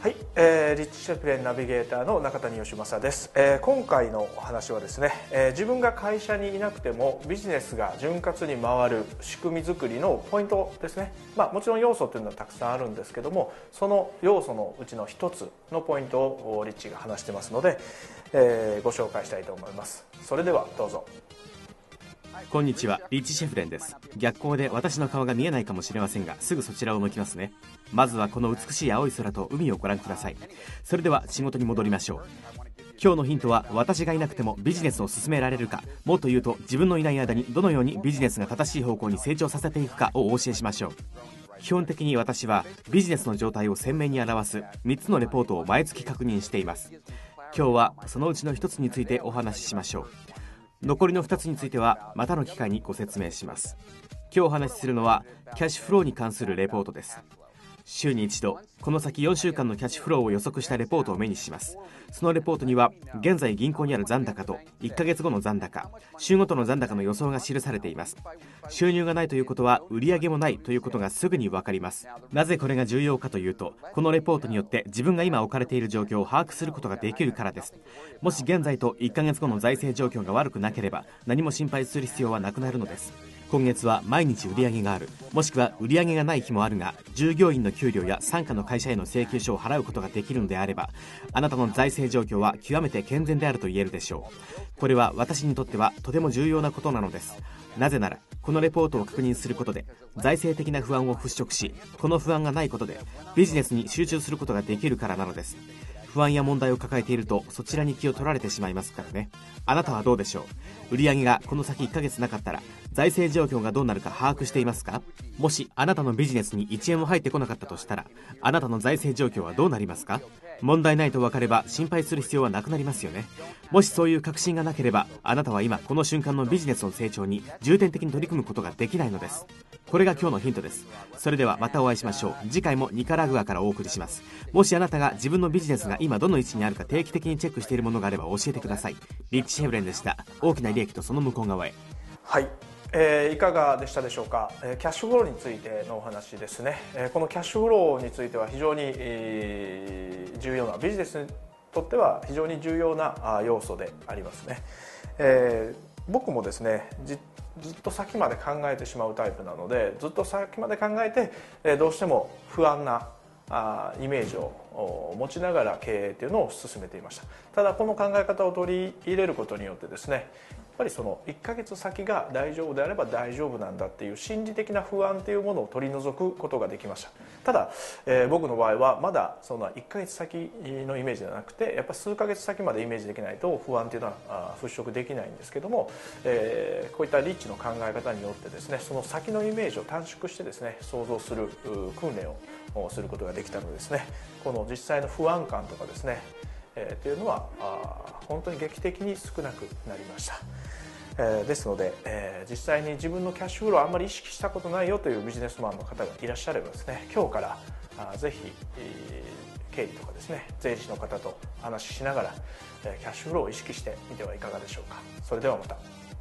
はい、リッチシェフレンナビゲーターの中谷義正です。今回のお話はですね、自分が会社にいなくてもビジネスが潤滑に回る仕組み作りのポイントですね。もちろん要素というのはたくさんあるんですけども、その要素のうちの一つのポイントをリッチが話してますので、ご紹介したいと思います。それではどうぞ。 こんにちは、リッチシェフレンです。逆光で私の顔が見えないかもしれませんが、すぐそちらを向きますね。まずはこの美しい青い空と海をご覧ください。それでは仕事に戻りましょう。今日のヒントは、私がいなくてもビジネスを進められるか、もっと言うと自分のいない間にどのようにビジネスが正しい方向に成長させていくかをお教えしましょう。基本的に私はビジネスの状態を鮮明に表す3つのレポートを毎月確認しています。今日はそのうちの1つについてお話ししましょう。残りの2つについてはまたの機会にご説明します。今日お話しするのはキャッシュフローに関するレポートです。週に一度、この先4週間のキャッシュフローを予測したレポートを目にします。そのレポートには現在銀行にある残高と1ヶ月後の残高、週ごとの残高の予想が記されています。収入がないということは売上もないということがすぐに分かります。なぜこれが重要かというと、このレポートによって自分が今置かれている状況を把握することができるからです。もし現在と1ヶ月後の財政状況が悪くなければ、何も心配する必要はなくなるのです。今月は毎日売上がある、もしくは売上がない日もあるが、従業員の給料や傘下の会社への請求書を払うことができるのであれば、あなたの財政状況は極めて健全であると言えるでしょう。これは私にとってはとても重要なことなのです。なぜなら、このレポートを確認することで財政的な不安を払拭し、この不安がないことでビジネスに集中することができるからなのです。不安や問題を抱えていると、そちらに気を取られてしまいますからね。あなたはどうでしょう。売上がこの先1ヶ月なかったら財政状況がどうなるか把握していますか？もしあなたのビジネスに1円も入ってこなかったとしたら、あなたの財政状況はどうなりますか？問題ないと分かれば心配する必要はなくなりますよね。もしそういう確信がなければ、あなたは今この瞬間のビジネスの成長に重点的に取り組むことができないのです。これが今日のヒントです。それではまたお会いしましょう。次回もニカラグアからお送りします。もしあなたが自分のビジネスが今どの位置にあるか定期的にチェックしているものがあれば教えてください。リッチシェフレンでした。大きな利益とその向こう側へ。 はい、いかがでしたでしょうか。キャッシュフローについてのお話ですね。このキャッシュフローについては非常に、重要な、ビジネスにとっては非常に重要な要素でありますね。僕もですね、ずっと先まで考えてしまうタイプなので、ずっと先まで考えて、どうしても不安なイメージを持ちながら経営というのを進めていました。ただこの考え方を取り入れることによってですね、やっぱりその1ヶ月先が大丈夫であれば大丈夫なんだっていう心理的な不安というものを取り除くことができました。ただ、僕の場合はまだそんな1ヶ月先のイメージではなくて、やっぱり数ヶ月先までイメージできないと不安というのは払拭できないんですけども、こういったリッチの考え方によってですね、その先のイメージを短縮してですね、想像する訓練をすることができたのでですね、この実際の不安感とかですね、というのは本当に劇的に少なくなりました。ですので、実際に自分のキャッシュフローをあんまり意識したことないよというビジネスマンの方がいらっしゃればですね、今日からぜひ、経理とかですね、税理士の方と話ししながら、キャッシュフローを意識してみてはいかがでしょうか。それではまた。